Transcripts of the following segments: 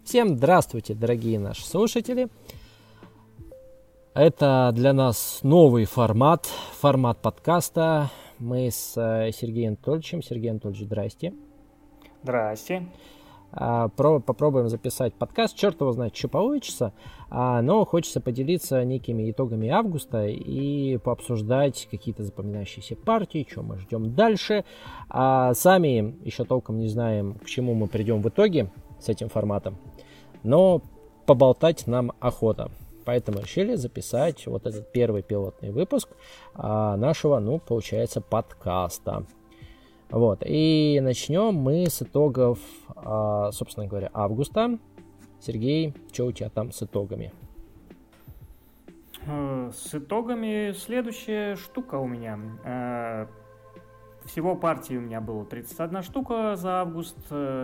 Всем здравствуйте, дорогие наши слушатели. Это для нас новый формат подкаста. Мы с Сергеем Анатольевичем. Сергей Анатольевич, здрасте. Здрасте. Попробуем записать подкаст. Черт его знает, что получится. Но хочется поделиться некими итогами августа и пообсуждать какие-то запоминающиеся партии, что мы ждем дальше. Сами еще толком не знаем, к чему мы придем в итоге с этим форматом. Но поболтать нам охота. Поэтому решили записать вот этот первый пилотный выпуск нашего, получается, подкаста. Вот. И начнем мы с итогов, собственно говоря, августа. Сергей, что у тебя там с итогами? С итогами следующая штука у меня. Всего партий у меня было 31 штука за август.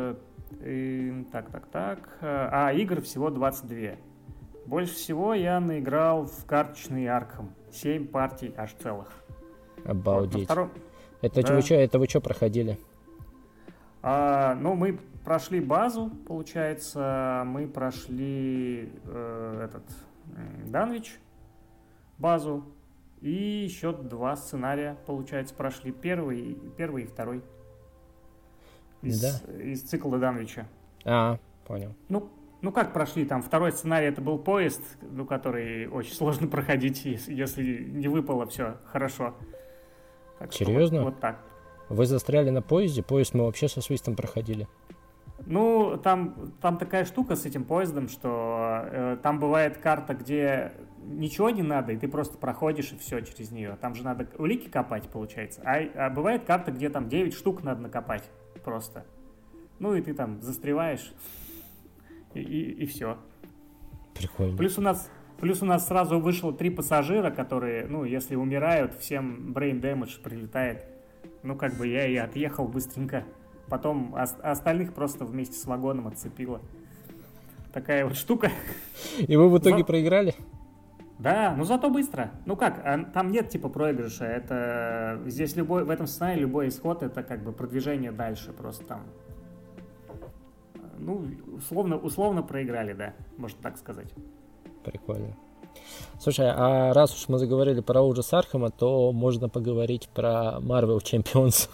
А игр всего 22. Больше всего я наиграл в карточный Аркхем. 7 партий аж целых. Обалдеть. Вот, Это вы что проходили? Мы прошли базу, получается. Мы прошли Данвич базу. И еще 2 сценария, получается, прошли. Первый и второй. Из цикла Данвича. Понял. Как прошли? Там второй сценарий это был поезд, который очень сложно проходить, если не выпало все хорошо. Так Серьезно? Вот так. Вы застряли на поезде? Поезд мы вообще со свистом проходили. Там такая штука с этим поездом, что там бывает карта, где ничего не надо, и ты просто проходишь и все через нее. Там же надо улики копать, получается. А бывает карта, где там 9 штук надо накопать просто. И ты там застреваешь, и все. Прикольно. Плюс у нас сразу вышло 3 пассажира, которые, если умирают, всем brain damage прилетает. Я и отъехал быстренько. Потом остальных просто вместе с вагоном отцепило. Такая вот штука. И вы в итоге проиграли? Да, зато быстро. Там нет типа проигрыша. Это здесь в этом сценарии любой исход это как бы продвижение дальше. Просто там. Условно проиграли, да, можно так сказать. Прикольно. Слушай, а раз уж мы заговорили про ужас Аркхема, то можно поговорить про Marvel Champions.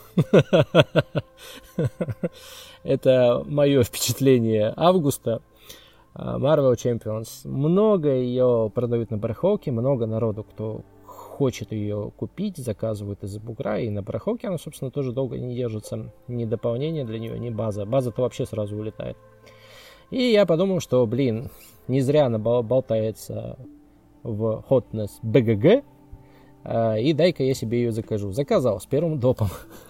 Это мое впечатление августа. Marvel Champions. Много ее продают на барахолке, много народу, кто хочет ее купить, заказывают из-за бугра, и на барахолке она, собственно, тоже долго не держится. Ни дополнение для нее, ни база. База-то вообще сразу улетает. И я подумал, что, не зря она болтается в Hotness BGG, и дай-ка я себе ее закажу. Заказал с первым допом.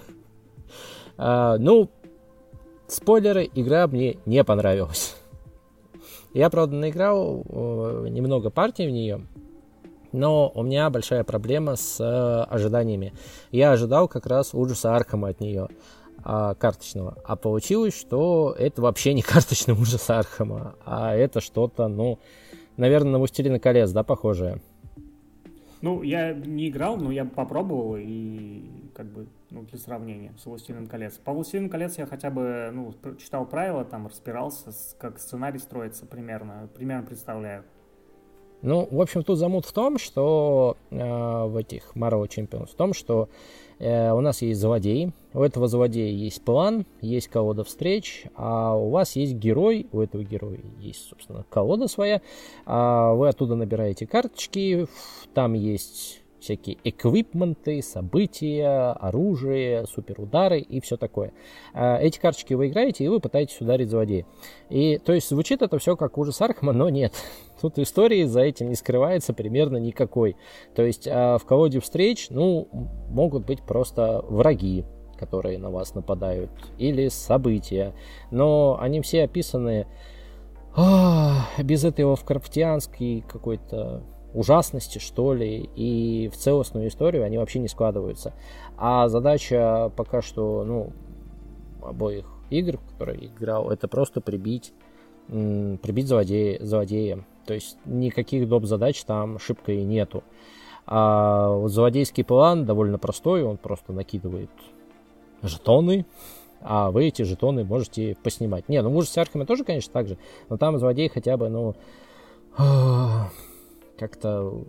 Спойлеры, игра мне не понравилась. Я, правда, наиграл немного партий в нее, но у меня большая проблема с ожиданиями. Я ожидал как раз ужаса Аркхема от нее, карточного. А получилось, что это вообще не карточный ужас Аркхема, а это что-то, наверное, на «Властелина колец», да, похожее? Я не играл, но я попробовал и для сравнения с «Властелином колец». По «Властелину колец» я хотя бы, читал правила, там разбирался, как сценарий строится примерно представляю. В общем, тут замут в том, что в этих Marvel Champions, в том, что у нас есть злодей, у этого злодея есть план, есть колода встреч, а у вас есть герой, у этого героя есть, собственно, колода своя, вы оттуда набираете карточки, там есть всякие эквипменты, события, оружие, суперудары и все такое. Эти карточки вы играете, и вы пытаетесь ударить злодея. И, то есть, звучит это все как ужас Аркхема, но нет. Тут истории за этим не скрывается примерно никакой. То есть, в колоде встреч, могут быть просто враги, которые на вас нападают, или события. Но они все описаны без этой лавкрафтианской какой-то ужасности, что ли, и в целостную историю они вообще не складываются. А задача пока что, обоих игр, в которые я играл, это просто прибить злодея. То есть никаких доп. Задач там шибко и нету. А вот злодейский план довольно простой, он просто накидывает жетоны, а вы эти жетоны можете поснимать. Не, ну в ужасе Архема тоже, конечно, так же, но там злодей хотя бы, ну, как-то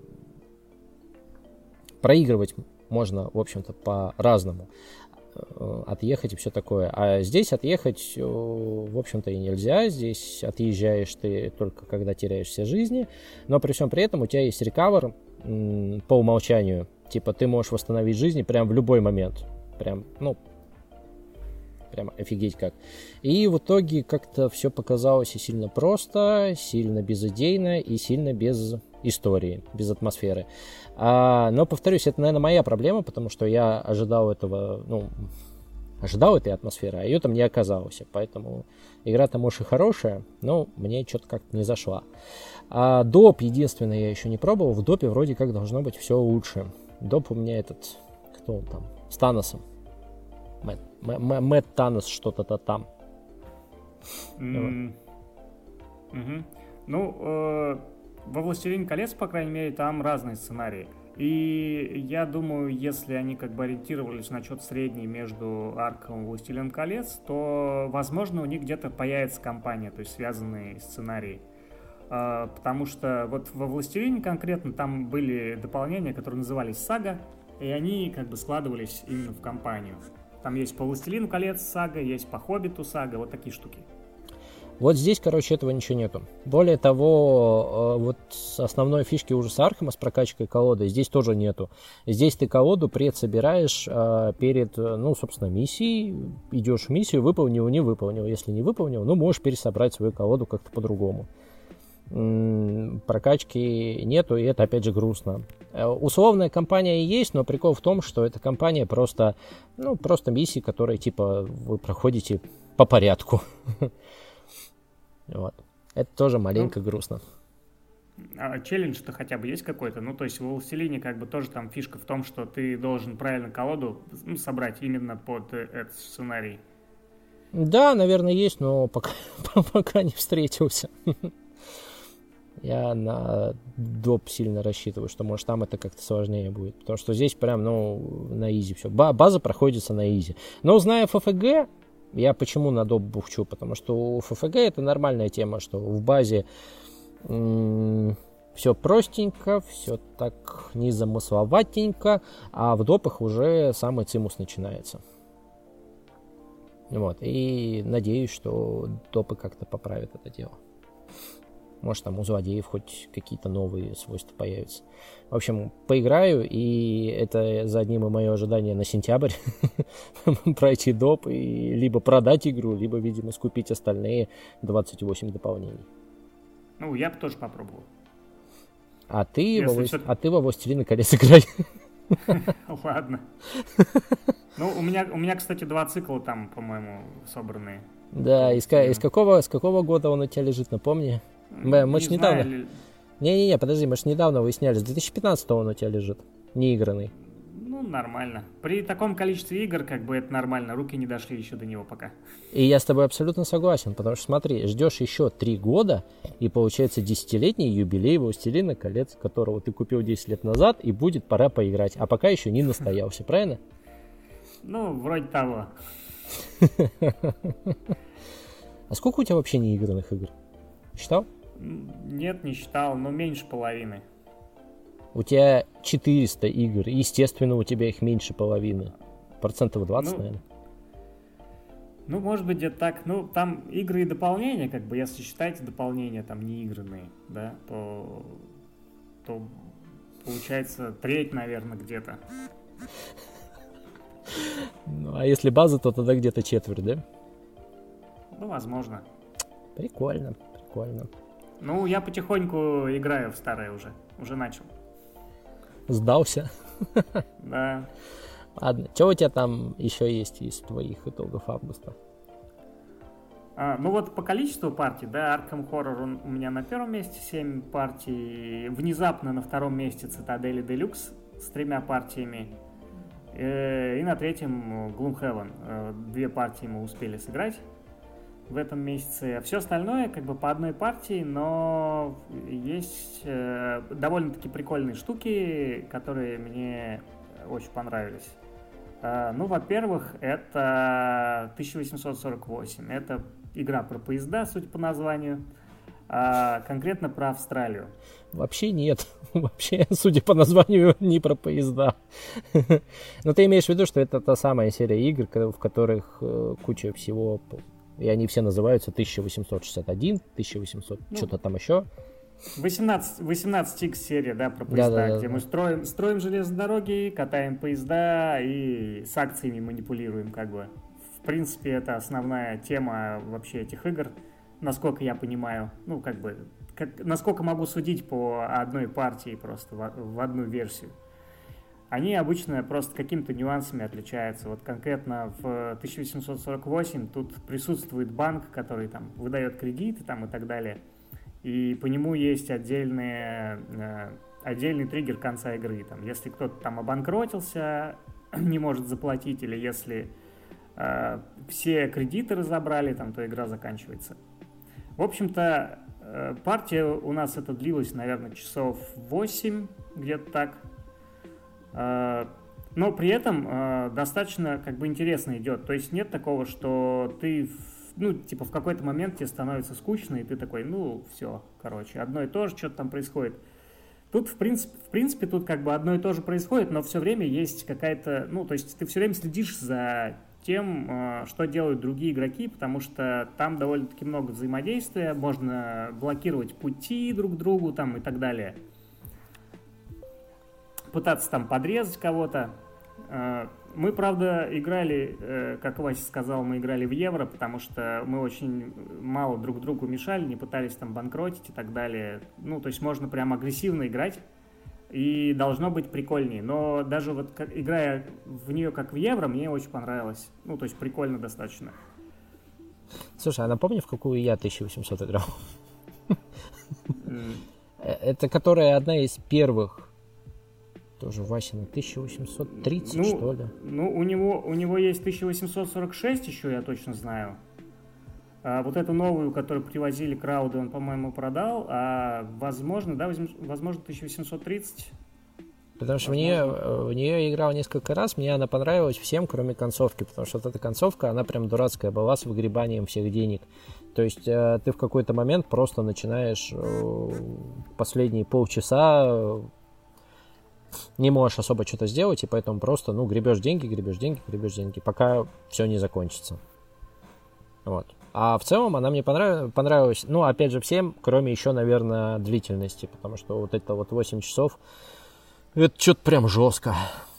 проигрывать можно, в общем-то, по-разному. Отъехать и все такое. А здесь отъехать, в общем-то, и нельзя. Здесь отъезжаешь ты только когда теряешь все жизни. Но при всем при этом у тебя есть рекавер по умолчанию. Типа ты можешь восстановить жизни прям в любой момент. Прям, ну, прям офигеть как. И в итоге как-то все показалось и сильно просто, сильно безыдейно и сильно без истории, без атмосферы. Но, повторюсь, это, наверное, моя проблема, потому что я ожидал этого, ну, ожидал этой атмосферы, а ее там не оказалось. Поэтому игра-то, может, и хорошая, но мне что-то как-то не зашла. Доп, единственное, я еще не пробовал. В допе вроде как должно быть все лучше. Доп у меня этот, кто он там, с Таносом. Мэтт Танос что-то там. Ну, во «Властелине колец», по крайней мере, там разные сценарии. И я думаю, если они как бы ориентировались на что-то среднее между Арком и «Властелином колец», то, возможно, у них где-то появится компания, то есть связанные сценарии. Потому что вот во «Властелине» конкретно там были дополнения, которые назывались «Сага», и они как бы складывались именно в компанию. Там есть по «Властелину колец» сага, есть по «Хоббиту» сага, вот такие штуки. Вот здесь, короче, этого ничего нету. Более того, вот основной фишки ужаса Архема с прокачкой колоды здесь тоже нету. Здесь ты колоду предсобираешь перед, ну, собственно, миссией. Идешь в миссию, выполнил, не выполнил. Если не выполнил, ну, можешь пересобрать свою колоду как-то по-другому. Прокачки нету, и это, опять же, грустно. Условная кампания есть, но прикол в том, что эта кампания просто, ну, просто миссии, которые, типа, вы проходите по порядку. Вот. Это тоже маленько грустно. А челлендж-то хотя бы есть какой-то? Ну, то есть в «Властелине» как бы тоже там фишка в том, что ты должен правильно колоду, ну, собрать именно под этот сценарий. Да, наверное, есть, но пока не встретился. Я на доп сильно рассчитываю, что, может, там это как-то сложнее будет. Потому что здесь прям, ну, на изи все. База проходится на изи. Но, зная ФФГ, я почему на доп бухчу? Потому что у ФФГ это нормальная тема, что в базе все простенько, все так незамысловатенько, а в допах уже самый цимус начинается. Вот. И надеюсь, что допы как-то поправят это дело. Может, там у злодеев хоть какие-то новые свойства появятся. В общем, поиграю, и это за одним и мое ожидание на сентябрь. Пройти доп, и либо продать игру, либо, видимо, скупить остальные 28 дополнений. Ну, я бы тоже попробовал. А ты во «Властелина колец» играй. Ладно. Ну, у меня, кстати, 2 цикла там, по-моему, собранные. Да, из какого года он у тебя лежит, напомни? Мы ж недавно... Не-не-не, подожди, мы ж недавно выясняли, с 2015-го он у тебя лежит, неигранный. Ну, нормально. При таком количестве игр, как бы, это нормально, руки не дошли еще до него пока. И я с тобой абсолютно согласен, потому что, смотри, ждешь еще 3 года, и получается 10-летний юбилей «Властелина колец», которого ты купил 10 лет назад, и будет пора поиграть, а пока еще не настоялся, правильно? Ну, вроде того. А сколько у тебя вообще неигранных игр? Считал? Нет, не считал, но меньше половины. У тебя 400 игр, естественно, у тебя их меньше половины. Процентов 20, наверное. Ну, может быть, где-то так. Ну, там игры и дополнения, как бы, если считаете дополнения там неигранные, да, то получается треть, наверное, где-то. Ну, а если база, то тогда где-то четверть, да? Ну, возможно. Прикольно. Ну, я потихоньку играю в старое уже начал. Сдался? Да. Ладно, что у тебя там еще есть из твоих итогов августа? Ну вот по количеству партий, да, Arkham Horror он у меня на первом месте, 7 партий. Внезапно на втором месте Citadel Deluxe с 3 партиями. И на третьем Gloomhaven. 2 партии мы успели сыграть в этом месяце. Все остальное как бы по одной партии, но есть довольно-таки прикольные штуки, которые мне очень понравились. Ну, во-первых, это 1848. Это игра про поезда, судя по названию. Конкретно про Австралию. Вообще нет. Вообще, судя по названию, не про поезда. Но ты имеешь в виду, что это та самая серия игр, в которых куча всего, и они все называются 1861, 1800, что-то там еще. 18X серия, да, про поезда, где мы строим железные дороги, катаем поезда и с акциями манипулируем, как бы. В принципе, это основная тема вообще этих игр, насколько я понимаю. Ну, как бы, насколько могу судить по одной партии просто в одну версию. Они обычно просто какими-то нюансами отличаются. Вот конкретно в 1848 тут присутствует банк, который там выдает кредиты там, и так далее. И по нему есть отдельный триггер конца игры. Там, если кто-то там обанкротился, не может заплатить, или если все кредиты разобрали, там, то игра заканчивается. В общем-то, партия у нас это длилась, наверное, часов 8, где-то так. Но при этом достаточно как бы интересно идет. То есть нет такого, что ты... Ну, типа, в какой-то момент тебе становится скучно, и ты такой, ну, все, короче, одно и то же, что-то там происходит. Тут, в принципе, тут как бы одно и то же происходит, но все время есть какая-то, ну, то есть ты все время следишь за тем, что делают другие игроки, потому что там довольно-таки много взаимодействия, можно блокировать пути друг к другу там и так далее. Пытаться там подрезать кого-то. Мы, правда, играли, как Вася сказал, мы играли в евро, потому что мы очень мало друг другу мешали, не пытались там банкротить и так далее. Ну, то есть можно прям агрессивно играть, и должно быть прикольнее. Но даже вот играя в нее как в евро, мне очень понравилось. Ну, то есть прикольно достаточно. Слушай, а напомни, в какую я 1800 играл? Это которая одна из первых. Тоже Васина 1830, что ли? Ну, у него есть 1846 еще, я точно знаю. Вот эту новую, которую привозили крауды, он, по-моему, продал. А возможно, да, возможно, 1830. Потому что в нее я играл несколько раз, мне она понравилась всем, кроме концовки. Потому что вот эта концовка, она прям дурацкая была, с выгребанием всех денег. То есть ты в какой-то момент просто начинаешь последние полчаса... не можешь особо что-то сделать, и поэтому просто, ну, гребешь деньги, пока все не закончится. Вот. А в целом она мне понравилась, ну, опять же, всем, кроме еще, наверное, длительности, потому что вот это вот 8 часов, это что-то прям жестко.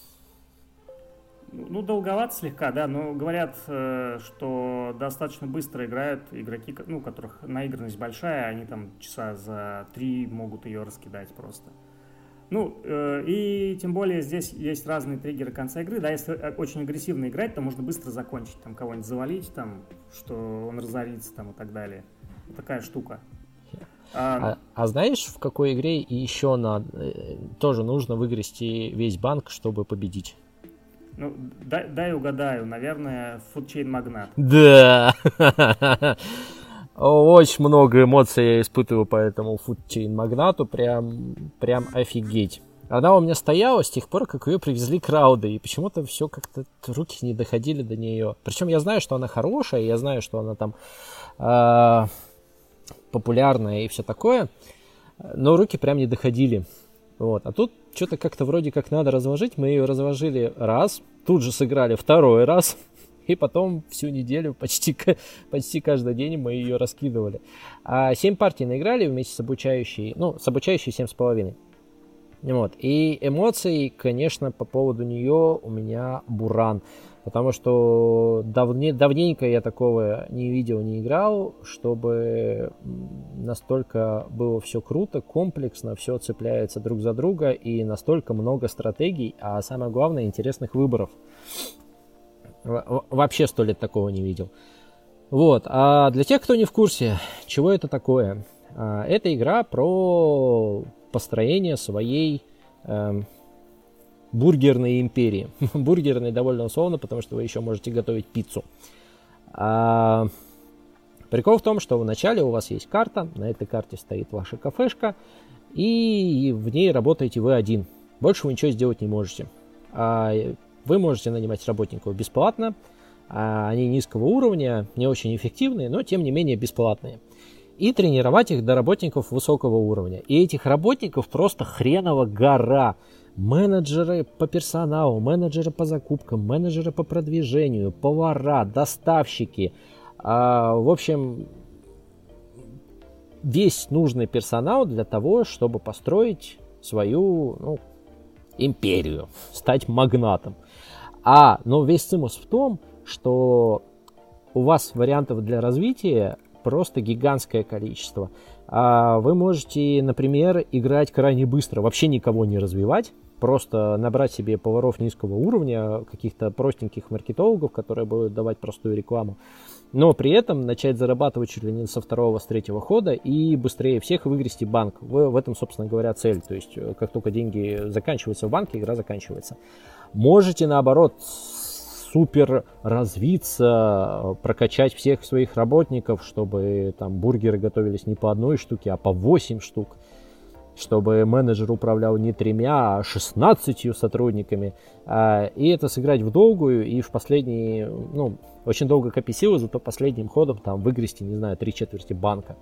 Ну, долговато слегка, да, но говорят, что достаточно быстро играют игроки, ну, у которых наигранность большая, они там часа за 3 могут ее раскидать просто. Ну, и тем более здесь есть разные триггеры конца игры, да, если очень агрессивно играть, то можно быстро закончить, там, кого-нибудь завалить, там, что он разорится, там, и так далее. Вот такая штука. А знаешь, в какой игре еще тоже нужно выгрести весь банк, чтобы победить? Ну, дай угадаю, наверное, Food Chain Magnate. Да! Очень много эмоций я испытываю по этому Food Chain Magnate, прям офигеть. Она у меня стояла с тех пор, как ее привезли крауды, и почему-то все как-то руки не доходили до нее. Причем я знаю, что она хорошая, я знаю, что она там популярная и все такое, но руки прям не доходили. Вот. А тут что-то как-то вроде как надо разложить, мы ее разложили раз, тут же сыграли второй раз. И потом всю неделю, почти каждый день мы ее раскидывали. 7 партий наиграли вместе с обучающей, 7,5. Вот. И эмоций, конечно, по поводу нее у меня буран. Потому что давненько я такого не видел, не играл, чтобы настолько было все круто, комплексно, все цепляется друг за друга и настолько много стратегий, а самое главное, интересных выборов. Вообще 100 лет такого не видел. Вот. А для тех, кто не в курсе, чего это такое? Это игра про построение своей бургерной империи. Бургерной довольно условно, потому что вы еще можете готовить пиццу. Прикол в том, что вначале у вас есть карта, на этой карте стоит ваша кафешка, и в ней работаете вы один. Больше вы ничего сделать не можете. Вы можете нанимать работников бесплатно, они низкого уровня, не очень эффективные, но тем не менее бесплатные. И тренировать их до работников высокого уровня. И этих работников просто хреново гора. Менеджеры по персоналу, менеджеры по закупкам, менеджеры по продвижению, повара, доставщики. В общем, весь нужный персонал для того, чтобы построить свою империю, стать магнатом. Но весь цимус в том, что у вас вариантов для развития просто гигантское количество. Вы можете, например, играть крайне быстро, вообще никого не развивать, просто набрать себе поваров низкого уровня, каких-то простеньких маркетологов, которые будут давать простую рекламу, но при этом начать зарабатывать чуть ли не со второго, с третьего хода и быстрее всех выгрести банк. В этом, собственно говоря, цель. То есть, как только деньги заканчиваются в банке, игра заканчивается. Можете, наоборот, супер развиться, прокачать всех своих работников, чтобы там бургеры готовились не по одной штуке, а по 8 штук. Чтобы менеджер управлял не 3, а 16 сотрудниками. И это сыграть в долгую и в последние, очень долго копить силы, зато последним ходом там выгрести, не знаю, 3/4 банка.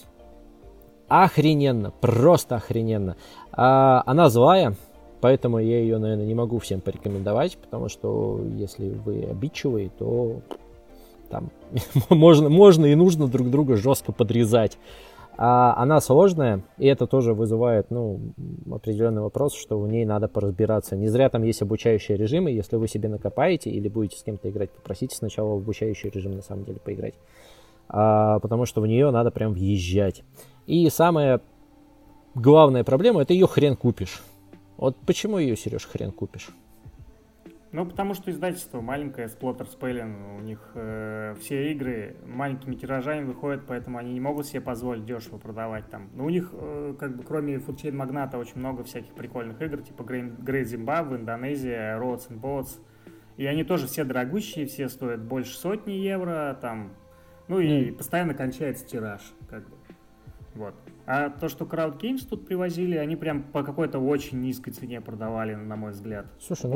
Охрененно, просто охрененно. Она злая, поэтому я ее, наверное, не могу всем порекомендовать, потому что если вы обидчивые, то там можно и нужно друг друга жестко подрезать. Она сложная, и это тоже вызывает определенный вопрос, что в ней надо поразбираться. Не зря там есть обучающие режимы. Если вы себе накопаете или будете с кем-то играть, попросите сначала в обучающий режим на самом деле поиграть. Потому что в нее надо прям въезжать. И самая главная проблема — это ее хрен купишь. Вот почему ее, Сереж, хрен купишь? Потому что издательство маленькое, Splotter Spelling, у них все игры маленькими тиражами выходят, поэтому они не могут себе позволить дешево продавать там. Но у них, кроме Food Chain Magnate, очень много всяких прикольных игр, типа Great Zimbabwe, Индонезия, Roads and Boats. И они тоже все дорогущие, все стоят больше 100 евро, там, и постоянно кончается тираж, Вот. А то, что Crowd Games тут привозили, они прям по какой-то очень низкой цене продавали, на мой взгляд. Слушай,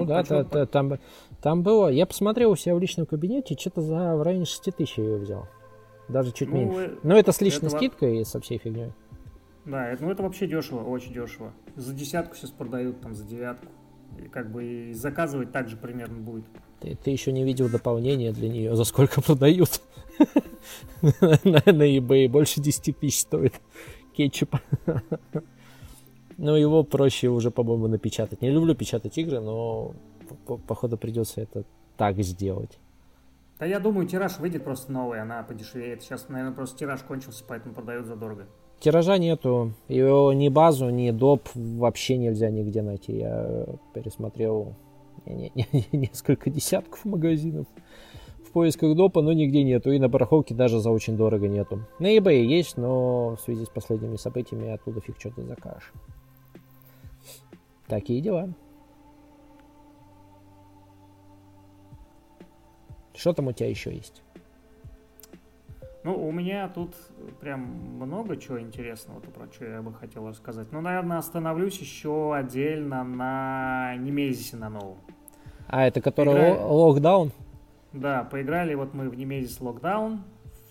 там было, я посмотрел у себя в личном кабинете, что-то в районе 6 тысяч я ее взял. Даже чуть меньше. Но это с личной скидкой и со всей фигней. Да, это вообще дешево, очень дешево. За 10 сейчас продают, там за 9. И заказывать так же примерно будет. Ты еще не видел дополнения для нее, за сколько продают? На eBay больше 10 тысяч стоит кетчуп. Его проще уже, по-моему, напечатать. Не люблю печатать игры, но походу придется это так сделать. Да я думаю, тираж выйдет просто новый, она подешевеет. Сейчас, наверное, просто тираж кончился, поэтому продают задорого. Тиража нету. Его ни базу, ни доп вообще нельзя нигде найти. Я пересмотрел несколько десятков магазинов в поисках допа, но нигде нету. И на барахолке даже за очень дорого нету. На eBay есть, но в связи с последними событиями оттуда фиг что-то закажешь. Такие дела. Что там у тебя еще есть? У меня тут прям много чего интересного, про что я бы хотел рассказать. Наверное, остановлюсь еще отдельно на Немезисе на новом. Это который Локдаун? Да, поиграли мы в Немезис Локдаун,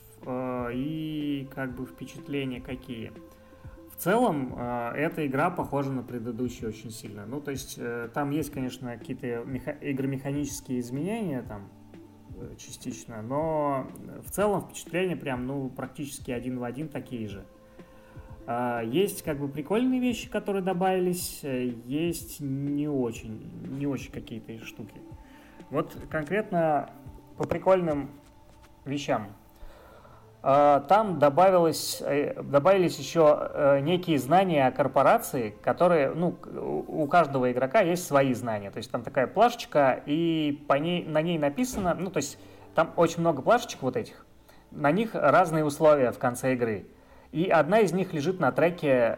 и впечатления какие. В целом, эта игра похожа на предыдущую очень сильно. То есть, там есть, конечно, какие-то игромеханические изменения, там, частично, но в целом впечатления прям, практически один в один такие же. Есть прикольные вещи, которые добавились, есть не очень какие-то штуки. Вот конкретно по прикольным вещам. Там добавились еще некие знания о корпорации, которые, у каждого игрока есть свои знания. То есть там такая плашечка, и на ней написано, то есть там очень много плашечек вот этих, на них разные условия в конце игры. И одна из них лежит на треке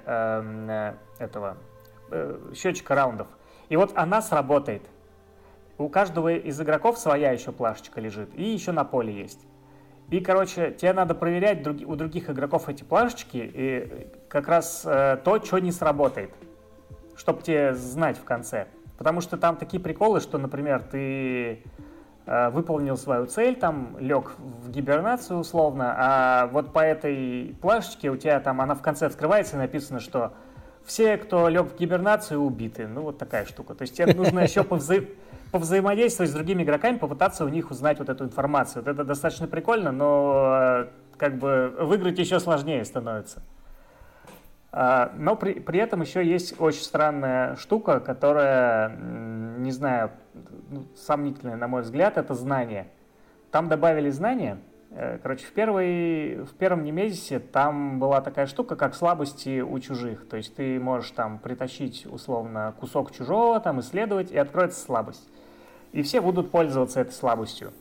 счетчика раундов. И вот она сработает. У каждого из игроков своя еще плашечка лежит, и еще на поле есть. И, тебе надо проверять у других игроков эти плашечки, и как раз то, что не сработает, чтобы тебе знать в конце. Потому что там такие приколы, что, например, ты выполнил свою цель, там лег в гибернацию условно, а вот по этой плашечке у тебя там она в конце открывается и написано, что все, кто лег в гибернацию, убиты. Ну, вот такая штука. То есть тебе нужно еще повзаимодействовать с другими игроками, попытаться у них узнать вот эту информацию. Вот это достаточно прикольно, но как бы выиграть еще сложнее становится. Но при этом еще есть очень странная штука, которая, не знаю, сомнительная, на мой взгляд, это знание. Там добавили знания. Короче, в первом Немезисе там была такая штука, как слабости у чужих. То есть ты можешь там притащить, условно, кусок чужого, там исследовать, и откроется слабость. И все будут пользоваться этой слабостью.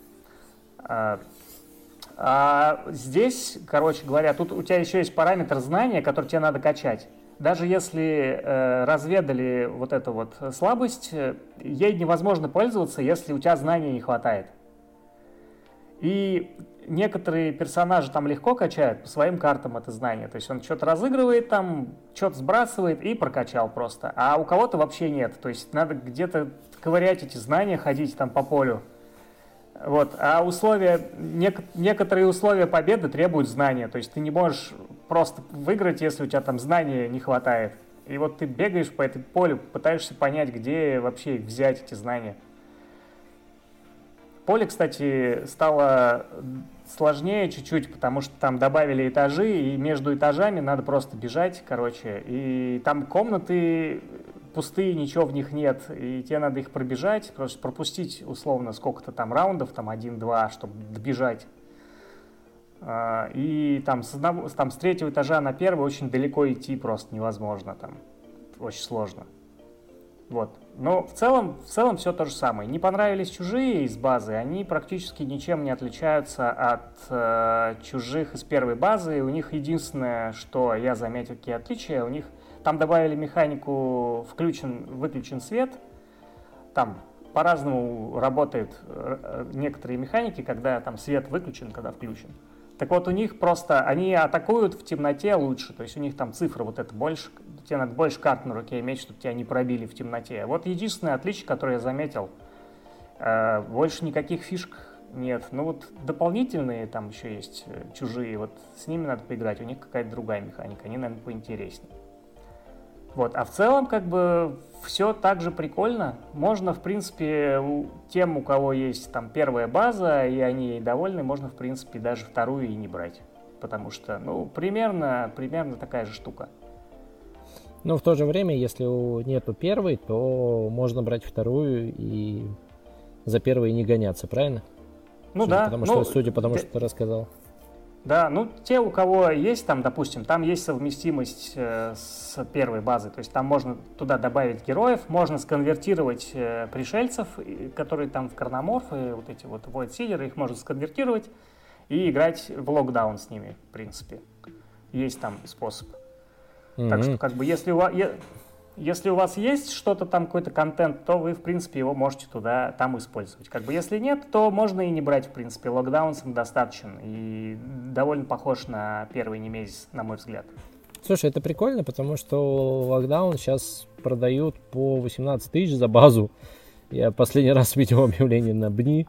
А здесь, короче говоря, тут у тебя еще есть параметр знания, который тебе надо качать. Даже если разведали вот эту вот слабость, ей невозможно пользоваться, если у тебя знаний не хватает. И некоторые персонажи там легко качают по своим картам это знание. То есть он что-то разыгрывает там, что-то сбрасывает и прокачал просто. А у кого-то вообще нет. То есть надо где-то ковырять эти знания, ходить там по полю. Вот. А некоторые условия победы требуют знания. То есть ты не можешь просто выиграть, если у тебя там знания не хватает. И вот ты бегаешь по этому полю, пытаешься понять, где вообще взять эти знания. Поле, кстати, стало сложнее чуть-чуть, потому что там добавили этажи, и между этажами надо просто бежать, короче. И там комнаты пустые, ничего в них нет, и тебе надо их пробежать, просто пропустить условно сколько-то там раундов, там 1-2, чтобы добежать. И там с третьего этажа на первый очень далеко идти просто невозможно, там очень сложно. Вот. Но в целом все то же самое. Не понравились чужие из базы, они практически ничем не отличаются от чужих из первой базы. И у них единственное, что я заметил, какие отличия, у них там добавили механику включен-выключен свет. Там по-разному работают некоторые механики, когда там свет выключен, когда включен. Так вот, у них просто, они атакуют в темноте лучше, то есть у них там цифра вот эта больше, тебе надо больше карт на руке иметь, чтобы тебя не пробили в темноте. Вот единственное отличие, которое я заметил, больше никаких фишек нет. Ну вот дополнительные там еще есть чужие, вот с ними надо поиграть, у них какая-то другая механика, они, наверное, поинтереснее. Вот, а в целом, как бы, все так же прикольно. Можно, в принципе, тем, у кого есть там первая база, и они ей довольны, можно, в принципе, даже вторую и не брать. Потому что, ну, примерно такая же штука. Но в то же время, если нету первой, то можно брать вторую и за первой не гоняться, правильно? Ну да. Судя по тому, что ты рассказал. Да, ну те, у кого есть там, допустим, там есть совместимость с первой базой, то есть там можно туда добавить героев, можно сконвертировать пришельцев, которые там в Карноморфы, вот эти вот Void-Seeder, их можно сконвертировать и играть в локдаун с ними, в принципе. Есть там способ. Так что, как бы, если у вас есть что-то там, какой-то контент, то вы, в принципе, его можете там использовать. Как бы, если нет, то можно и не брать, в принципе. Локдаун достаточен и довольно похож на первый Немезис, на мой взгляд. Слушай, это прикольно, потому что локдаун сейчас продают по 18 тысяч за базу. Я последний раз видел объявление на БНИ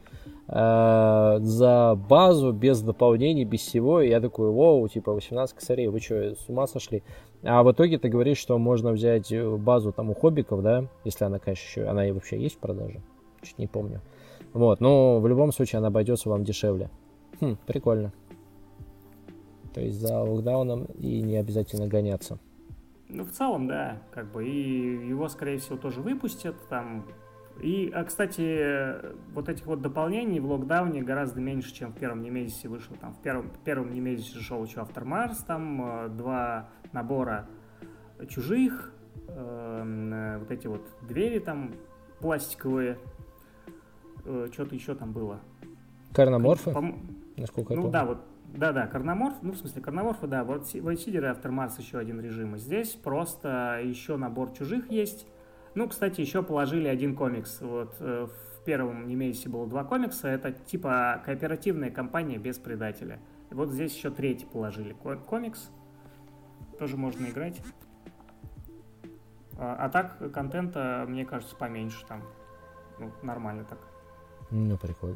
за базу, без дополнений, без всего. И я такой, воу, типа 18 косарей, вы что, с ума сошли? А в итоге ты говоришь, что можно взять базу там у хоббиков, да, если она, конечно, еще, она и вообще есть в продаже, чуть не помню. Вот, но в любом случае она обойдется вам дешевле. Прикольно. То есть за локдауном и не обязательно гоняться. Ну, в целом, да, как бы, и его, скорее всего, тоже выпустят там. И, кстати, вот этих вот дополнений в локдауне гораздо меньше, чем в первом Немезисе вышло. Там в первом Немезисе шел еще Aftermars, там 2 набора чужих, вот эти вот двери там пластиковые, что-то еще там было. Карноморфы? Насколько я помню. Да, вот. Да, Карноморф, ну, в смысле, Карноморфы, да, Void-Seeder и Aftermars еще один режим. И здесь просто еще набор чужих есть. Ну, кстати, еще положили один комикс. Вот в первом Немезисе было 2 комикса. Это типа кооперативная кампания без предателя. И вот здесь еще 3-й положили комикс. Тоже можно играть. А так, контента, мне кажется, поменьше там. Ну, нормально так. Ну, прикольно.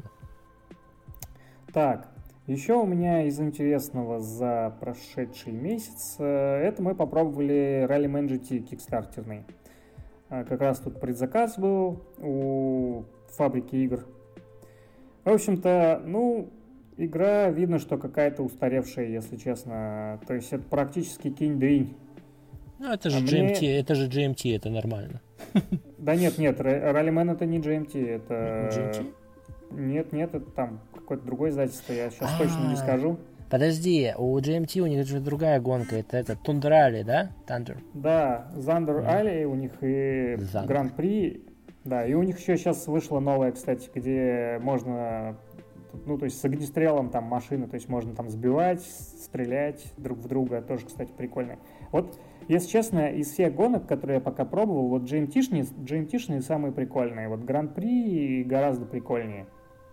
Так, еще у меня из интересного за прошедший месяц, это мы попробовали Rallyman GT кикстартерный. Как раз тут предзаказ был у фабрики игр. В общем-то, ну, игра, видно, что какая-то устаревшая, если честно. То есть это практически кинь-дринь. Ну, это же GMT, это же GMT, это нормально. Да нет, Rallyman это не GMT, это... GMT? Нет, это там какое-то другое издательство, я сейчас точно не скажу. Подожди, у GMT у них же другая гонка, это Thunder Alley, да? Thunder. Да, Thunder Alley у них и Гран-при. Да, и у них еще сейчас вышла новая, кстати, где можно, ну, то есть с огнестрелом там машины, то есть можно там сбивать, стрелять друг в друга, тоже, кстати, прикольно. Вот, если честно, из всех гонок, которые я пока пробовал, вот GMT-шные самые прикольные, вот Гран-при гораздо прикольнее.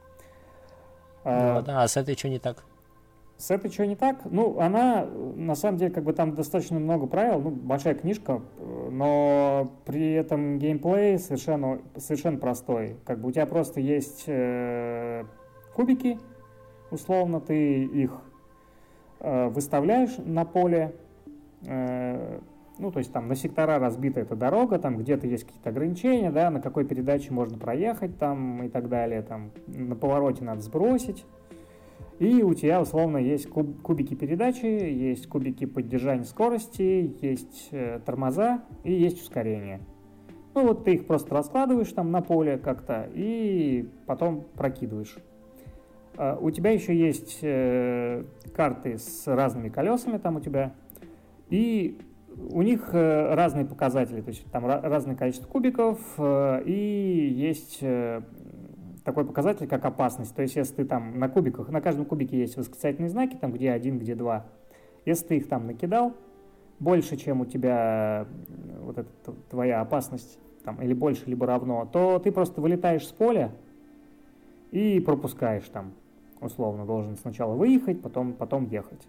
Ну, да, а с этой что не так? С этой что не так? Ну, она, на самом деле, как бы там достаточно много правил, ну, большая книжка, но при этом геймплей совершенно простой. Как бы у тебя просто есть кубики, условно, ты их выставляешь на поле, ну, то есть там на сектора разбита эта дорога, там где-то есть какие-то ограничения, да, на какой передаче можно проехать там и так далее, там на повороте надо сбросить. И у тебя, условно, есть кубики передачи, есть кубики поддержания скорости, есть тормоза и есть ускорение. Ну, вот ты их просто раскладываешь там на поле как-то и потом прокидываешь. У тебя еще есть карты с разными колесами там у тебя, и у них разные показатели, то есть там разное количество кубиков, и есть такой показатель, как опасность. То есть если ты там на кубиках, на каждом кубике есть восклицательные знаки, там где 1, где 2. Если ты их там накидал больше, чем у тебя вот эта твоя опасность, там, или больше, либо равно, то ты просто вылетаешь с поля и пропускаешь там, условно, должен сначала выехать, потом ехать.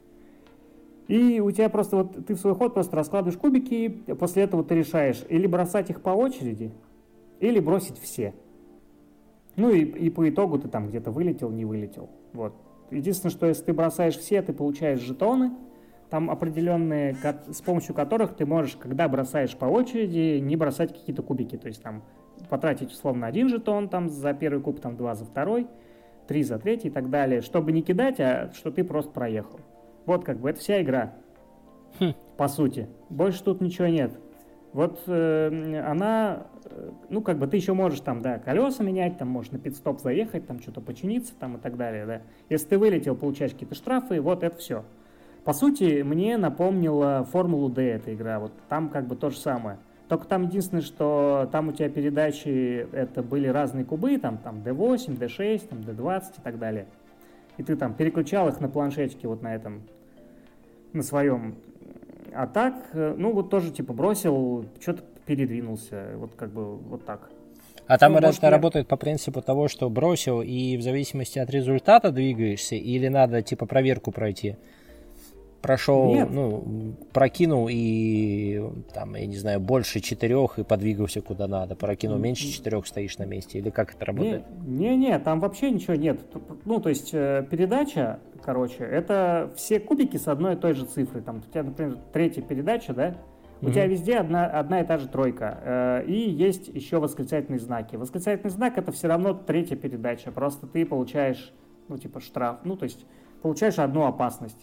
И у тебя просто вот ты в свой ход просто раскладываешь кубики, после этого ты решаешь или бросать их по очереди, или бросить все. Ну и по итогу ты там где-то вылетел, не вылетел. Вот. Единственное, что если ты бросаешь все, ты получаешь жетоны, там определенные, с помощью которых ты можешь, когда бросаешь по очереди, не бросать какие-то кубики. То есть там потратить условно 1 жетон там, за первый куб, там 2 за второй, 3 за третий и так далее, чтобы не кидать, а что ты просто проехал. Вот как бы это вся игра, по сути. Больше тут ничего нет. Вот она, ну как бы ты еще можешь там, да, колеса менять, там можешь на пит-стоп заехать, там что-то починиться там и так далее, да. Если ты вылетел, получаешь какие-то штрафы, вот это все. По сути, мне напомнила Формулу D эта игра, вот там как бы то же самое. Только там единственное, что там у тебя передачи, это были разные кубы, там D8, D6, там D20 и так далее. И ты там переключал их на планшетике вот на этом, на своем. А так, ну вот тоже типа бросил, что-то передвинулся, вот как бы вот так. А там это работает по принципу того, что бросил и в зависимости от результата двигаешься, или надо типа проверку пройти? Прошел, Нет. Ну, прокинул и там, я не знаю, больше 4 и подвигался куда надо, прокинул меньше 4 стоишь на месте, или как это работает? Не, там вообще ничего нет. Ну, то есть передача, короче, это все кубики с одной и той же цифрой. Там у тебя, например, третья передача, да? У тебя везде одна и та же тройка. И есть еще восклицательные знаки. Восклицательный знак — это все равно третья передача. Просто ты получаешь, ну, типа штраф. Ну, то есть получаешь одну опасность.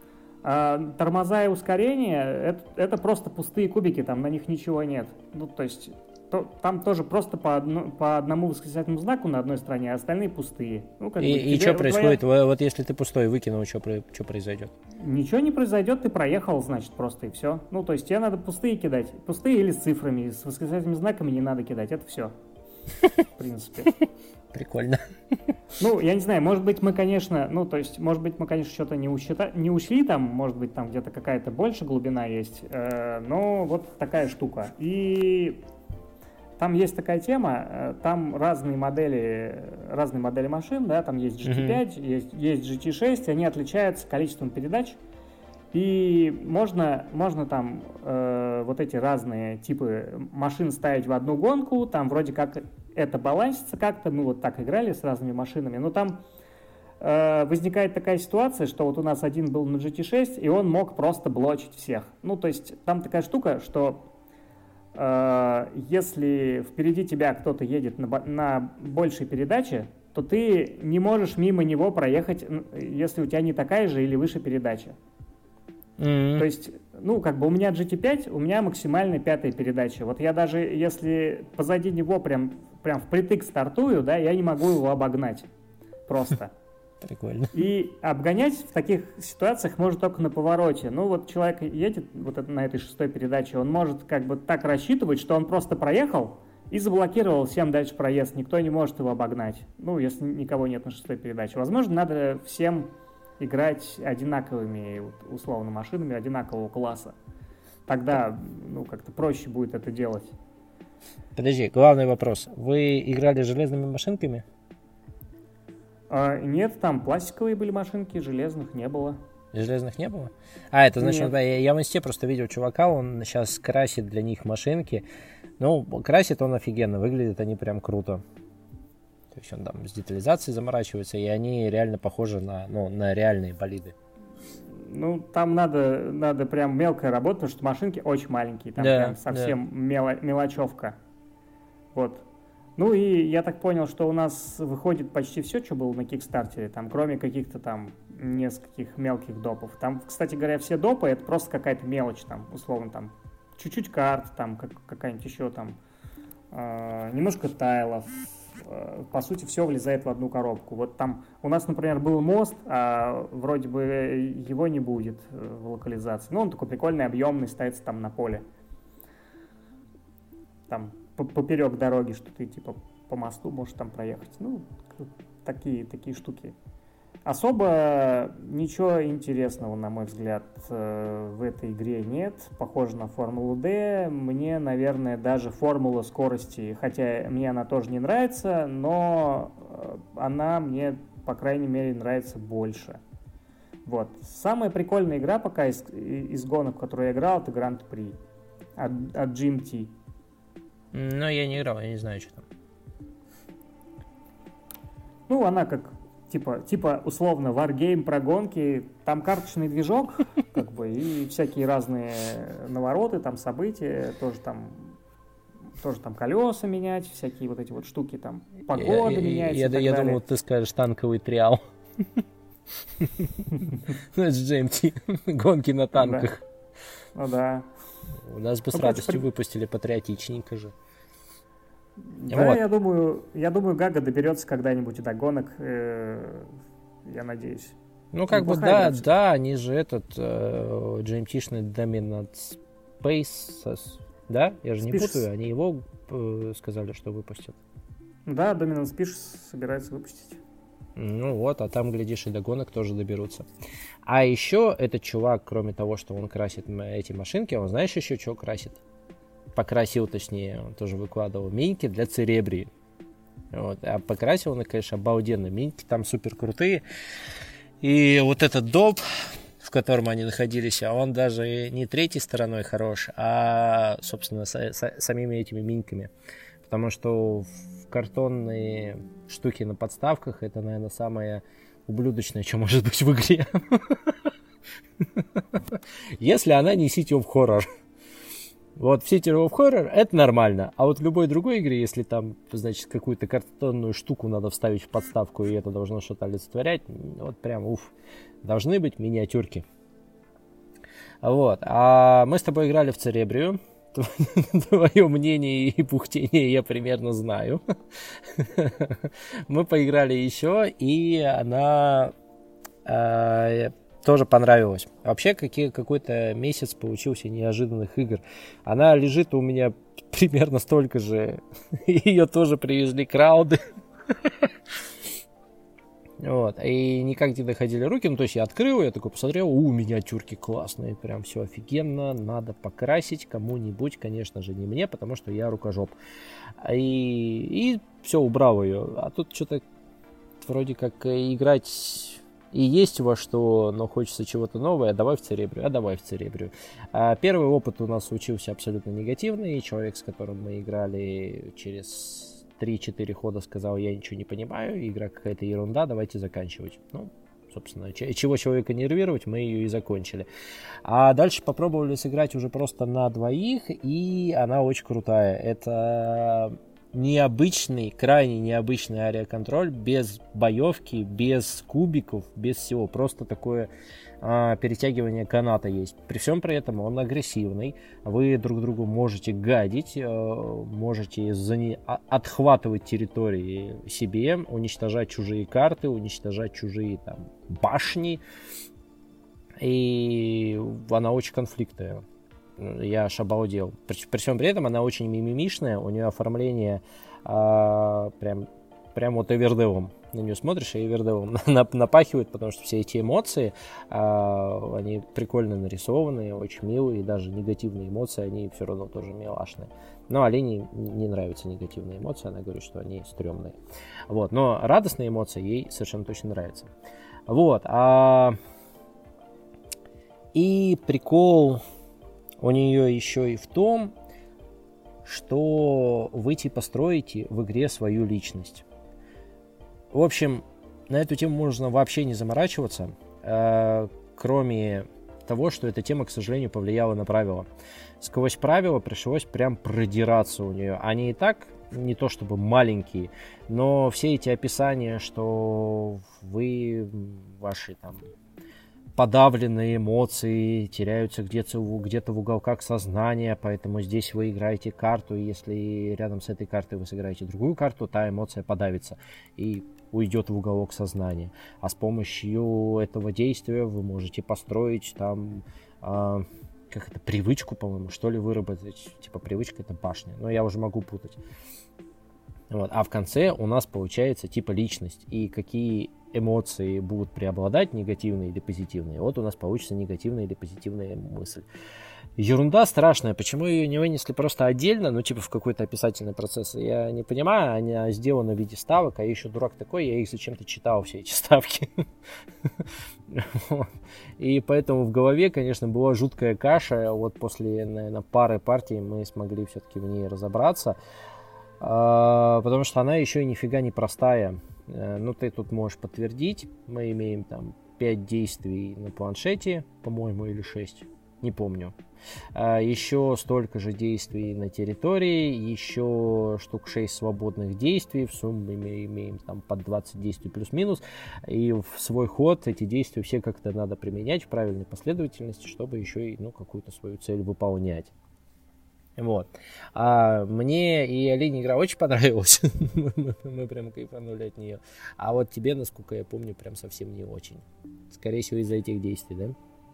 А тормоза и ускорение это просто пустые кубики, там на них ничего нет. Ну, то есть там тоже просто по одному восклицательному знаку на одной стороне, а остальные пустые. Ну, как и что происходит? Вот если ты пустой выкинул, что произойдет? Ничего не произойдет, ты проехал, значит, просто и все. Ну, то есть тебе надо пустые кидать. Пустые или с цифрами, с восклицательными знаками не надо кидать, это все. В принципе. Прикольно. Ну, я не знаю, может быть, мы, конечно, что-то не учли, там, может быть, там где-то какая-то больше глубина есть, но вот такая штука. И там есть такая тема, там разные модели машин, да, там есть GT5, есть GT6, они отличаются количеством передач, И можно там вот эти разные типы машин ставить в одну гонку, там вроде как это балансится как-то, мы вот так играли с разными машинами, но там возникает такая ситуация, что вот у нас один был на GT6, и он мог просто блочить всех. Ну, то есть там такая штука, что если впереди тебя кто-то едет на большей передаче, то ты не можешь мимо него проехать, если у тебя не такая же или выше передача. То есть, ну, как бы у меня GT5, у меня максимальная 5-я передача. Вот я даже, если позади него прям впритык стартую, да, я не могу его обогнать. Просто. Прикольно. И обгонять в таких ситуациях можно только на повороте. Ну, вот человек едет вот на этой 6-й передаче, он может как бы так рассчитывать, что он просто проехал и заблокировал всем дальше проезд. Никто не может его обогнать. Ну, если никого нет на 6-й передаче. Возможно, надо всем играть одинаковыми, условно, машинами одинакового класса. Тогда, ну, как-то проще будет это делать. Подожди, главный вопрос. Вы играли железными машинками? Нет, там пластиковые были машинки, железных не было. Железных не было? Это значит, я в инсте просто видел чувака, он сейчас красит для них машинки. Ну, красит он офигенно, выглядят они прям круто. То есть он там с детализацией заморачивается, и они реально похожи на реальные болиды. Ну, там надо прям мелкая работа, потому что машинки очень маленькие, там прям совсем мелочевка. Вот. Ну и я так понял, что у нас выходит почти все, что было на Кикстартере, там, кроме каких-то там нескольких мелких допов. Там, кстати говоря, все допы — это просто какая-то мелочь, там, условно, там, чуть-чуть карт, там, какая-нибудь еще там, немножко тайлов. По сути, все влезает в одну коробку. Вот там у нас, например, был мост, а вроде бы его не будет в локализации. Ну, он такой прикольный, объемный, ставится там на поле. Там поперек дороги, что ты типа по мосту можешь там проехать. Ну, такие штуки. Особо ничего интересного, на мой взгляд, в этой игре нет. Похоже на Формулу D. Мне, наверное, даже Формула скорости, хотя мне она тоже не нравится, но она мне, по крайней мере, нравится больше. Вот. Самая прикольная игра пока из гонок, в которую я играл, это Grand Prix от GMT. Но я не играл, я не знаю, что там. Ну, она как типа условно варгейм про гонки, там карточный движок, как бы, и всякие разные навороты, там события, тоже там колеса менять, всякие вот эти вот штуки, там погода меняется. Я думал, ты скажешь танковый триал. Ну, это же GMT, гонки на танках. Ну да. У нас бы с радостью выпустили, патриотичненько же. Да, вот. Я думаю, Гага доберется когда-нибудь до гонок, я надеюсь. Ну, как бы, да, они же GMT-шный Dominant Space, да? Я же не путаю, они его сказали, что выпустят. Да, Dominant Space собирается выпустить. Ну вот, а там, глядишь, и до гонок тоже доберутся. А еще этот чувак, кроме того, что он красит эти машинки, он знаешь еще что красит? Покрасил, точнее, он тоже выкладывал миньки для Церебрии. Вот. А покрасил он, конечно, обалденно. Миньки там супер крутые. И вот этот доп, в котором они находились, он даже не третьей стороной хорош, а, собственно, самими этими миньками. Потому что картонные штуки на подставках — это, наверное, самое ублюдочное, что может быть в игре. Если она не City of Horror. Вот в City of Horror это нормально. А вот в любой другой игре, если там, значит, какую-то картонную штуку надо вставить в подставку, и это должно что-то олицетворять, вот прям, должны быть миниатюрки. Вот. А мы с тобой играли в Церебрию. Твое мнение и пухтение я примерно знаю. Мы поиграли еще, и она тоже понравилась. Вообще какой-то месяц получился неожиданных игр. Она лежит у меня примерно столько же. Ее тоже привезли крауды. Вот. И никак не доходили руки. Ну, то есть я открыл, я такой посмотрел, миниатюрки классные, прям все офигенно, надо покрасить кому-нибудь, конечно же, не мне, потому что я рукожоп. И все, убрал ее. А тут что-то вроде как играть и есть у вас что, но хочется чего-то нового, давай в Церебрию. Первый опыт у нас случился абсолютно негативный. Человек, с которым мы играли, через 3-4 хода сказал: я ничего не понимаю, игра какая-то ерунда, давайте заканчивать. Ну, собственно, чего человека нервировать, мы ее и закончили. А дальше попробовали сыграть уже просто на двоих, и она очень крутая. Это необычный, крайне необычный ариоконтроль, без боевки, без кубиков, без всего. Просто такое перетягивание каната есть. При всем при этом он агрессивный. Вы друг другу можете гадить, можете отхватывать территории себе, уничтожать чужие карты, уничтожать чужие там башни. И она очень конфликтная. Я аж обалдел. При всем при этом она очень мимимишная, у нее оформление прям вот эверделом. На нее смотришь, и эверделом напахивает, потому что все эти эмоции, они прикольно нарисованы, очень милые, и даже негативные эмоции, они все равно тоже милашные. Но Олене не нравятся негативные эмоции, она говорит, что они стрёмные. Вот. Но радостные эмоции ей совершенно точно нравятся. Вот. И прикол у нее еще и в том, что вы типа строите в игре свою личность. В общем, на эту тему можно вообще не заморачиваться, кроме того, что эта тема, к сожалению, повлияла на правила. Сквозь правила пришлось прям продираться у нее. Они и так не то чтобы маленькие, но все эти описания, что вы, ваши там подавленные эмоции теряются где-то в уголках сознания, поэтому здесь вы играете карту, и если рядом с этой картой вы сыграете другую карту, та эмоция подавится и уйдет в уголок сознания. А с помощью этого действия вы можете построить там как это, привычку, по-моему, что ли, выработать. Типа привычка — это башня, но я уже могу путать. Вот. А в конце у нас получается типа личность, и какие эмоции будут преобладать, негативные или позитивные. Вот у нас получится негативная или позитивная мысль. Ерунда страшная. Почему ее не вынесли просто отдельно, ну типа в какой-то описательный процесс, я не понимаю. Они сделаны в виде ставок, а я еще дурак такой, я их зачем-то читал, все эти ставки. И поэтому в голове, конечно, была жуткая каша. Вот после, наверное, пары партий мы смогли все-таки в ней разобраться. Потому что она еще и нифига не простая. Ну, ты тут можешь подтвердить. Мы имеем там 5 действий на планшете, по-моему, или 6. Не помню. Еще столько же действий на территории. Еще штук 6 свободных действий. В сумме мы имеем там под 20 действий плюс-минус. И в свой ход эти действия все как-то надо применять в правильной последовательности, чтобы еще и какую-то свою цель выполнять. Вот. Мне и Олене игра очень понравилась. Мы прям кайфанули от нее. А вот тебе, насколько я помню, прям совсем не очень. Скорее всего, из-за этих действий, да?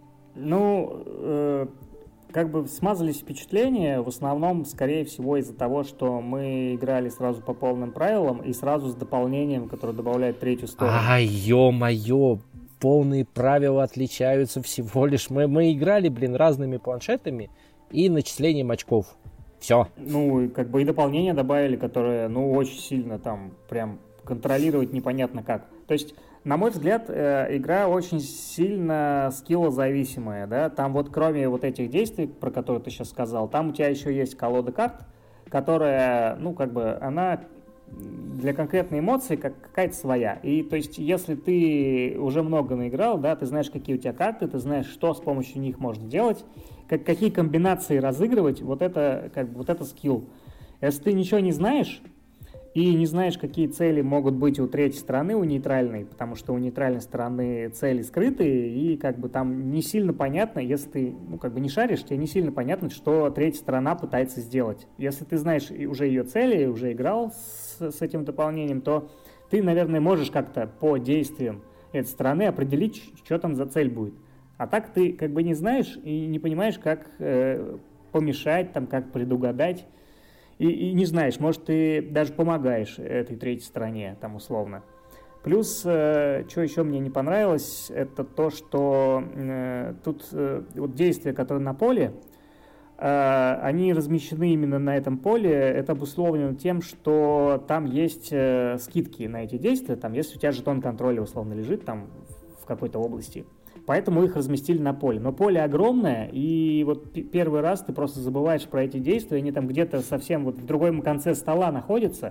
Ну, как бы смазались впечатления, в основном, скорее всего, из-за того, что мы играли сразу по полным правилам и сразу с дополнением, которое добавляет третью сторону. Ё-моё! Полные правила отличаются всего лишь. Мы играли, разными планшетами и начислением очков. Все. Ну, и как бы и дополнение добавили, которое, очень сильно там прям контролировать непонятно как. То есть, на мой взгляд, игра очень сильно скиллозависимая, да. Там вот кроме вот этих действий, про которые ты сейчас сказал, там у тебя еще есть колода карт, которая, она для конкретной эмоции какая-то своя. И то есть, если ты уже много наиграл, да, ты знаешь, какие у тебя карты, ты знаешь, что с помощью них можно делать, какие комбинации разыгрывать, вот это скилл. Если ты ничего не знаешь, и не знаешь, какие цели могут быть у третьей стороны, у нейтральной, потому что у нейтральной стороны цели скрытые, и там не сильно понятно, если ты не шаришь, тебе не сильно понятно, что третья сторона пытается сделать. Если ты знаешь уже ее цели, уже играл с этим дополнением, то ты, наверное, можешь как-то по действиям этой стороны определить, что там за цель будет. А так ты не знаешь и не понимаешь, как помешать, как предугадать. И не знаешь, может, ты даже помогаешь этой третьей стороне, условно. Плюс, что еще мне не понравилось, это то, что тут вот действия, которые на поле, они размещены именно на этом поле. Это обусловлено тем, что там есть скидки на эти действия. Там, если у тебя жетон контроля условно лежит, там в какой-то области. Поэтому их разместили на поле. Но поле огромное, и вот первый раз ты просто забываешь про эти действия, они там где-то совсем вот в другом конце стола находятся,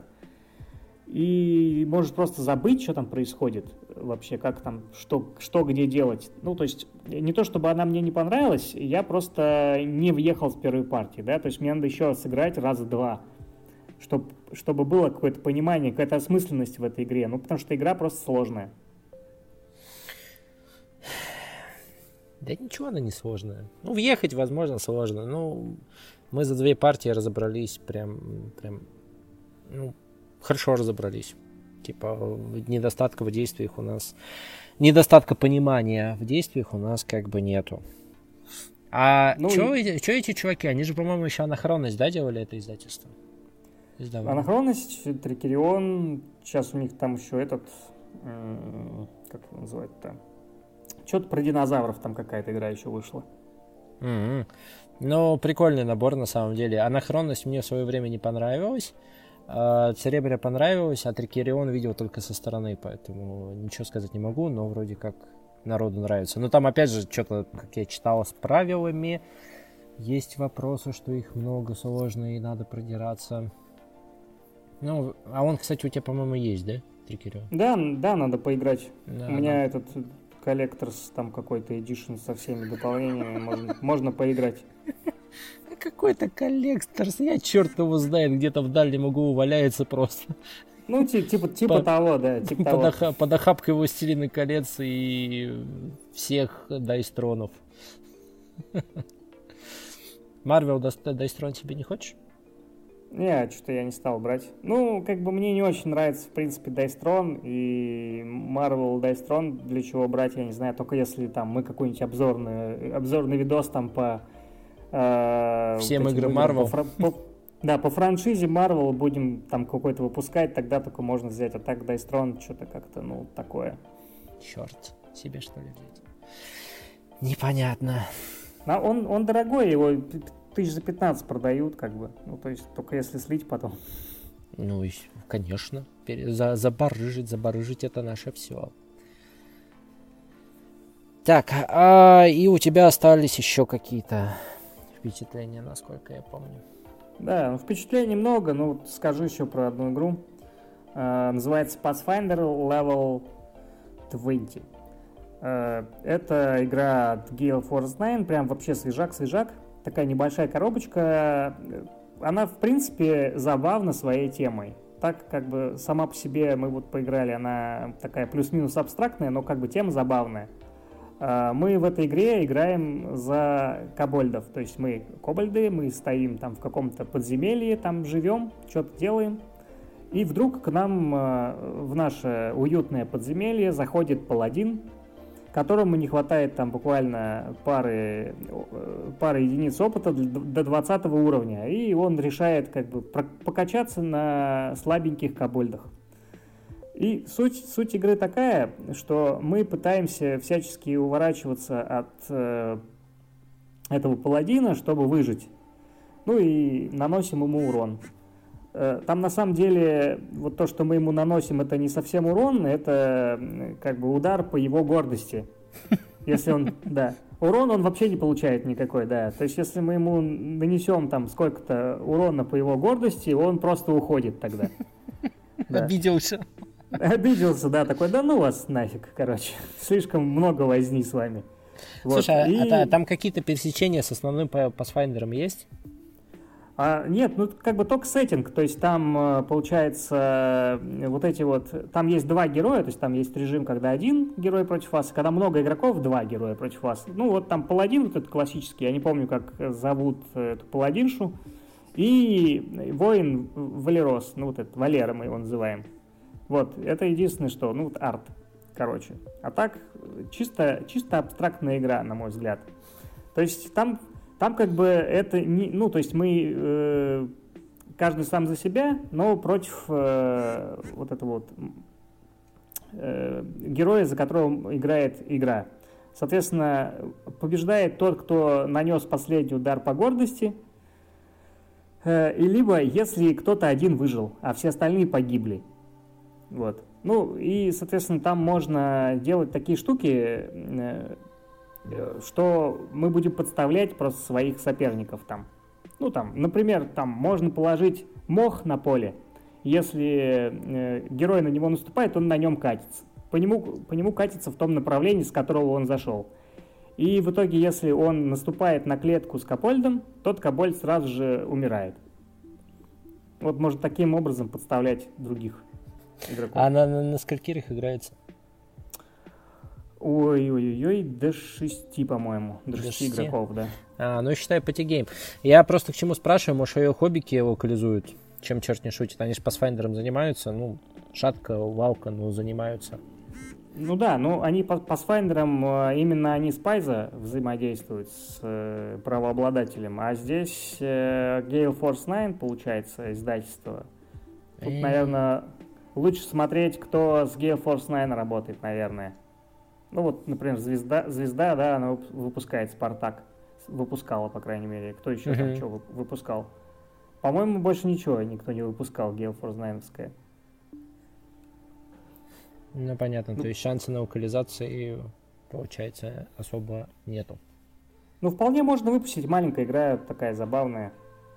и можешь просто забыть, что там происходит вообще, как там, что где делать. Ну, то есть, не то чтобы она мне не понравилась, я просто не въехал с первой партии, да, то есть мне надо еще сыграть раза два, чтобы было какое-то понимание, какая-то осмысленность в этой игре, ну, потому что игра просто сложная. Да ничего, она не сложная. Ну, въехать, возможно, сложно. Ну, мы за 2 партии разобрались прям, ну, хорошо разобрались. Типа, недостатка в действиях у нас... Недостатка понимания в действиях у нас как бы нету. А что эти чуваки? Они же, по-моему, еще Анахронность, да, делали это издательство? Анахронность, Трикерион, сейчас у них там еще этот... Как его называть-то? Что-то про динозавров там какая-то игра еще вышла. Ну, прикольный набор на самом деле. Анахронность мне в свое время не понравилась. Церебря понравилась, а Трикерион видел только со стороны, поэтому ничего сказать не могу, но вроде как народу нравится. Но там опять же, что-то, как я читал, с правилами есть вопросы, что их много, сложно и надо продираться. Ну, а он, кстати, у тебя, по-моему, есть, да, Трикерион? Да, надо поиграть. Да, у меня этот коллекторс, там какой-то эдишн со всеми дополнениями, можно поиграть. Какой-то коллекторс, я черт его знает, где-то в дальнем углу валяется просто. Ну, типа того, да. Под охапкой «Властелина колец» и всех Дайстронов. Марвел Дайстрон себе не хочешь? Не, что-то я не стал брать. Ну, как бы мне не очень нравится, в принципе, Дайстрон и Marvel Дайстрон. Для чего брать, я не знаю, только если там мы какой-нибудь обзорный видос там по... Всем играм Marvel. Да, по франшизе Marvel будем там какой-то выпускать, тогда только можно взять. А так Дайстрон что-то как-то, ну, такое. Черт, себе что ли взять? Непонятно. А он дорогой, его... 15 000 продают, как бы. Ну, то есть, только если слить потом. Ну, конечно. Забарыжить это наше все. Так, и у тебя остались еще какие-то впечатления, насколько я помню. Да, ну, впечатлений много, но вот скажу еще про одну игру. Называется Pathfinder Level 20. Это игра от Gale Force 9, прям вообще свежак. Такая небольшая коробочка, она, в принципе, забавна своей темой. Так, как бы, сама по себе мы вот поиграли, она такая плюс-минус абстрактная, но как бы тема забавная. Мы в этой игре играем за кобольдов, то есть мы кобальды, мы стоим там в каком-то подземелье, там живем, что-то делаем. И вдруг к нам в наше уютное подземелье заходит паладин, которому не хватает там буквально пары единиц опыта до 20 уровня, и он решает как бы покачаться на слабеньких кобольдах. И суть игры такая, что мы пытаемся всячески уворачиваться от этого паладина, чтобы выжить. Ну и наносим ему урон. Там на самом деле вот то, что мы ему наносим, это не совсем урон, это как бы удар по его гордости. Если он, да, урон он вообще не получает никакой, да. То есть если мы ему нанесем там сколько-то урона по его гордости, он просто уходит тогда. Да. Обиделся, да, такой, да ну вас нафиг, короче. Слишком много возни с вами. Слушай, а там какие-то пересечения с основным Pathfinder'ом есть? Нет, ну как бы только сеттинг, то есть там получается вот эти вот, там есть 2 героя, то есть там есть режим, когда 1 герой против вас, когда много игроков, 2 героя против вас. Ну вот там паладин вот этот классический, я не помню, как зовут эту паладиншу, и воин Валерос, ну вот этот Валера мы его называем. Вот, это единственное, что, ну вот арт, короче. А так чисто абстрактная игра, на мой взгляд. То есть там как бы это не... Ну, то есть мы каждый сам за себя, но против вот этого вот героя, за которого играет игра. Соответственно, побеждает тот, кто нанес последний удар по гордости, и либо если кто-то один выжил, а все остальные погибли. Вот. Ну, и, соответственно, там можно делать такие штуки, что мы будем подставлять просто своих соперников там. Ну, там, например, там можно положить мох на поле. Если герой на него наступает, он на нем катится. По нему катится в том направлении, с которого он зашел. И в итоге, если он наступает на клетку с Капольдом, тот Капольд сразу же умирает. Вот можно таким образом подставлять других игроков. А на скольких играется? Ой-ой-ой, до 6, по-моему. До 6 игроков, да. Ну считай патигейм. Я просто к чему спрашиваю, может, ее хоббики локализуют, чем черт не шутит. Они же Pathfinder'ом занимаются, ну, шатка, валка, ну, занимаются. Ну да, ну они по Pathfinder'ам, именно они с Пайза взаимодействуют с правообладателем, а здесь Gale Force 9, получается, издательство. Тут, наверное, лучше смотреть, кто с Gale Force 9 работает, наверное. Ну вот, например, Звезда, да, она выпускает Спартак. Выпускала, по крайней мере. Кто еще там что выпускал? По-моему, больше ничего никто не выпускал, Gale Force 9-ская. Ну, понятно. То есть шансы на локализации, получается, особо нету. Ну, вполне можно выпустить. Маленькая игра, такая забавная.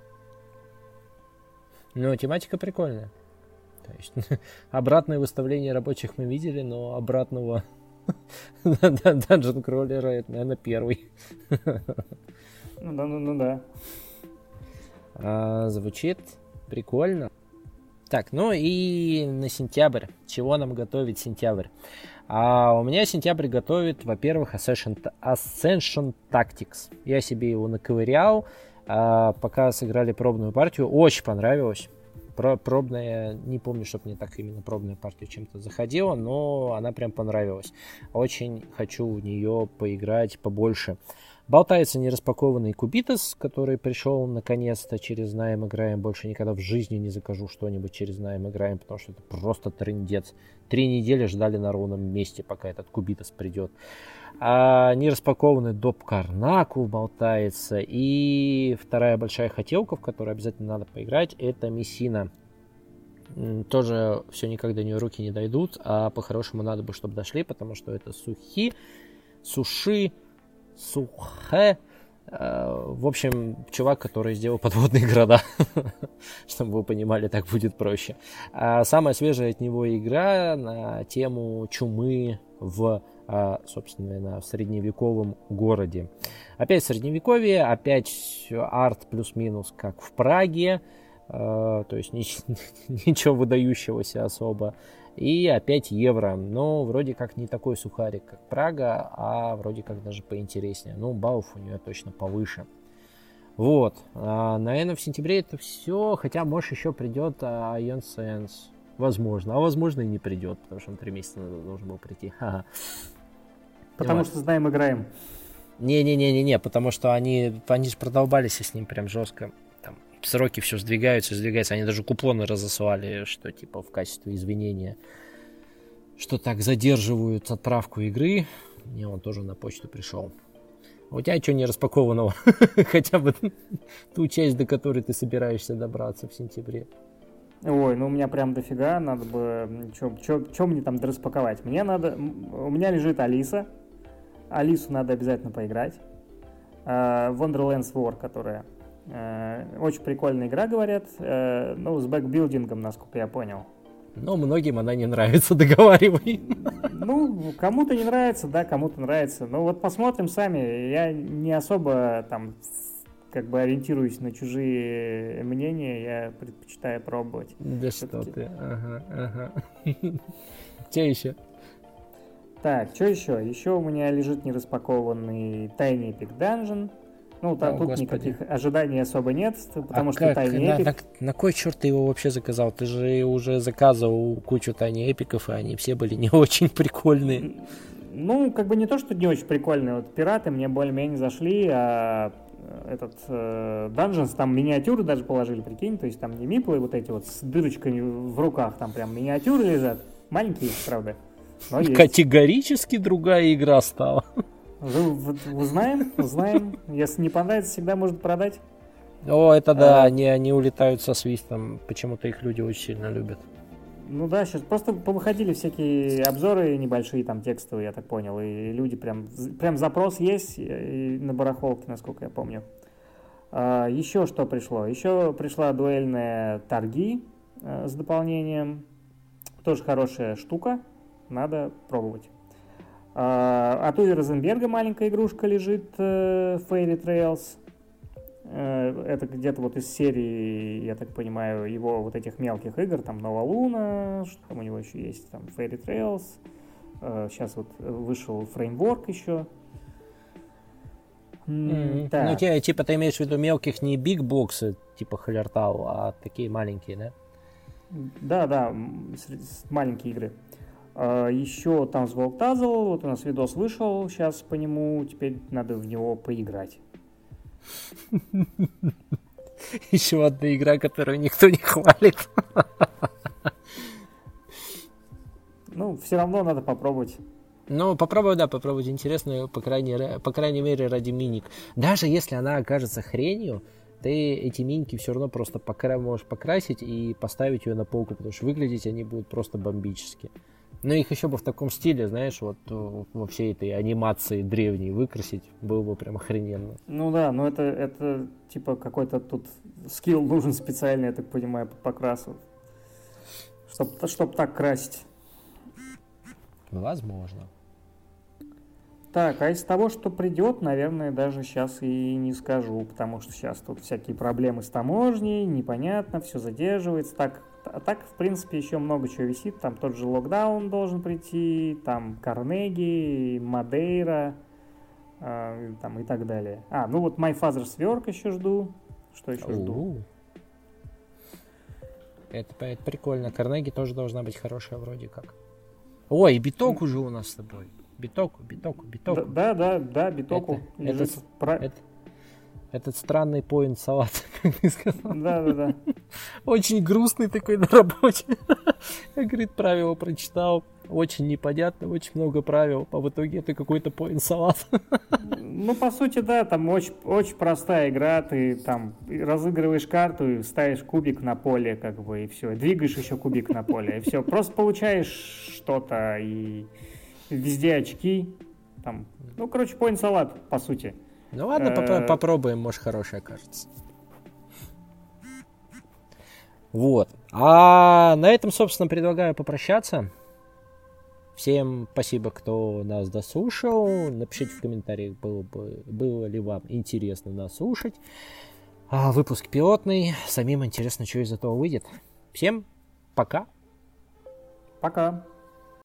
Ну, тематика прикольная. То есть, обратное выставление рабочих мы видели, но обратного Dungeon Crawler, это, наверное, первый. Ну да. Звучит прикольно. Так, ну и на сентябрь. Чего нам готовит сентябрь? У меня сентябрь готовит, во-первых, Ascension Tactics. Я себе его наковырял, пока сыграли пробную партию. Очень понравилось. Пробная, не помню, чтобы мне так именно пробная партия чем-то заходила, но она прям понравилась. Очень хочу в нее поиграть побольше. Болтается нераспакованный Кубитас, который пришел наконец-то через Знаем Играем. Больше никогда в жизни не закажу что-нибудь через Знаем Играем, потому что это просто трындец. 3 недели ждали на ровном месте, пока этот Кубитас придет. Нераспакованный Доп Карнаку болтается. И вторая большая хотелка, в которую обязательно надо поиграть, это Мессина. Тоже все никак до нее руки не дойдут, а по-хорошему надо бы, чтобы дошли, потому что это Сухэ. В общем, чувак, который сделал подводные города. Чтобы вы понимали, так будет проще. Самая свежая от него игра на тему чумы в, собственно, в средневековом городе. Опять средневековье, опять арт плюс-минус, как в Праге. То есть ничего выдающегося особо. И опять евро. Но вроде как не такой сухарик, как Прага, а вроде как даже поинтереснее. Ну, баллов у нее точно повыше. Вот. Наверное, в сентябре это все. Хотя, может, еще придет Ion Sense. Возможно. А возможно и не придет, потому что он 3 месяца должен был прийти. Потому что Знаем Играем. Не, потому что они же продолбались с ним прям жестко. Сроки все сдвигаются. Они даже купоны разослали, что типа в качестве извинения, что так задерживают отправку игры. Мне он тоже на почту пришел. У тебя что не распакованного? Хотя бы ту часть, до которой ты собираешься добраться в сентябре. Ой, ну у меня прям дофига. Надо бы... Что мне там дораспаковать? У меня лежит Алиса. Алису надо обязательно поиграть. Wonderlands War, которая... Очень прикольная игра, говорят, ну, с бэкбилдингом, насколько я понял. Но многим она не нравится, договаривай. Ну, кому-то не нравится, да, кому-то нравится. Ну, вот посмотрим сами. Я не особо там как бы ориентируюсь на чужие мнения, я предпочитаю пробовать. Да все-таки. Что ты, ага. Что еще? Так, что еще? Еще у меня лежит нераспакованный Tiny Epic Dungeon. Ну, там тут никаких ожиданий особо нет, потому что Tiny Epic... На кой черт ты его вообще заказал? Ты же уже заказывал кучу Tiny Epic'ов, и они все были не очень прикольные. Ну, как бы не то, что не очень прикольные. Вот пираты мне более-менее зашли, а этот Dungeons, там миниатюры даже положили, прикинь, то есть там не миплы вот эти вот с дырочками в руках, там прям миниатюры лежат, маленькие, правда, но есть. Категорически другая игра стала. Узнаем. Если не понравится, всегда можно продать. О, это да, они улетают со свистом. Почему-то их люди очень сильно любят. Ну да, сейчас просто повыходили всякие обзоры небольшие, там текстовые, я так понял, и люди прям запрос есть на барахолке, насколько я помню. Еще что пришло? Еще пришла дуэльная торги с дополнением. Тоже хорошая штука, надо пробовать. От Уви Розенберга маленькая игрушка лежит, Fairy Trails. Это где-то вот из серии, я так понимаю, его вот этих мелких игр, там Нова Луна, что там у него еще есть, там Fairy Trails. Сейчас вот вышел фреймворк еще. Ну, типа, ты имеешь в виду мелких не биг-боксы, типа Халертау, а такие маленькие, да? Да, маленькие игры. Еще там Walk Puzzle, вот у нас видос вышел сейчас по нему, теперь надо в него поиграть. Еще одна игра, которую никто не хвалит. Ну, все равно надо попробовать. Ну, попробовать интересную, по крайней мере, ради миник. Даже если она окажется хренью, ты эти миники все равно просто можешь покрасить и поставить ее на полку, потому что выглядеть они будут просто бомбически. Но их еще бы в таком стиле, знаешь, вот во всей этой анимации древней выкрасить было бы прям охрененно. Ну да, но это типа какой-то тут скилл нужен специальный, я так понимаю, по покрасу. Чтоб так красить. Возможно. Так, а из того, что придет, наверное, даже сейчас и не скажу, потому что сейчас тут всякие проблемы с таможней, непонятно, все задерживается. Так, в принципе, еще много чего висит. Там тот же локдаун должен прийти, там Карнеги, Мадейра, там и так далее. Ну вот My Father's Work еще жду. Что еще жду? Это прикольно. Карнеги тоже должна быть хорошая вроде как. Ой, биток уже у нас с тобой. Битоку. Да, битоку. Этот странный поинт салат, как ты сказал. Да. Очень грустный такой на работе. Я, говорит, правила прочитал. Очень непонятно, очень много правил. А в итоге это какой-то поинт салат. Ну, по сути, да, там очень простая игра. Ты там разыгрываешь карту и ставишь кубик на поле, как бы, и все. Двигаешь еще кубик на поле, и все. Просто получаешь что-то, и везде очки. Там. Ну, короче, поинт салат, по сути. Ну ладно, попробуем, может, хорошая окажется. Вот. А на этом, собственно, предлагаю попрощаться. Всем спасибо, кто нас дослушал. Напишите в комментариях, было ли вам интересно нас слушать. Выпуск пилотный. Самим интересно, что из этого выйдет. Всем пока. Пока.